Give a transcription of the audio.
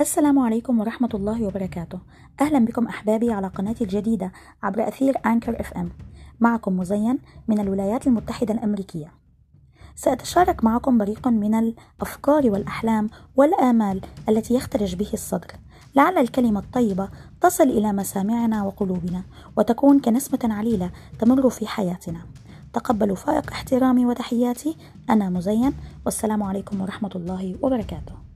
السلام عليكم ورحمة الله وبركاته. أهلا بكم أحبابي على قناتي الجديدة عبر أثير أنكر FM. معكم مزين من الولايات المتحدة الأمريكية. سأتشارك معكم بريق من الأفكار والأحلام والآمال التي يخترج به الصدر، لعل الكلمة الطيبة تصل إلى مسامعنا وقلوبنا وتكون كنسمة عليلة تمر في حياتنا. تقبلوا فائق احترامي وتحياتي، أنا مزين، والسلام عليكم ورحمة الله وبركاته.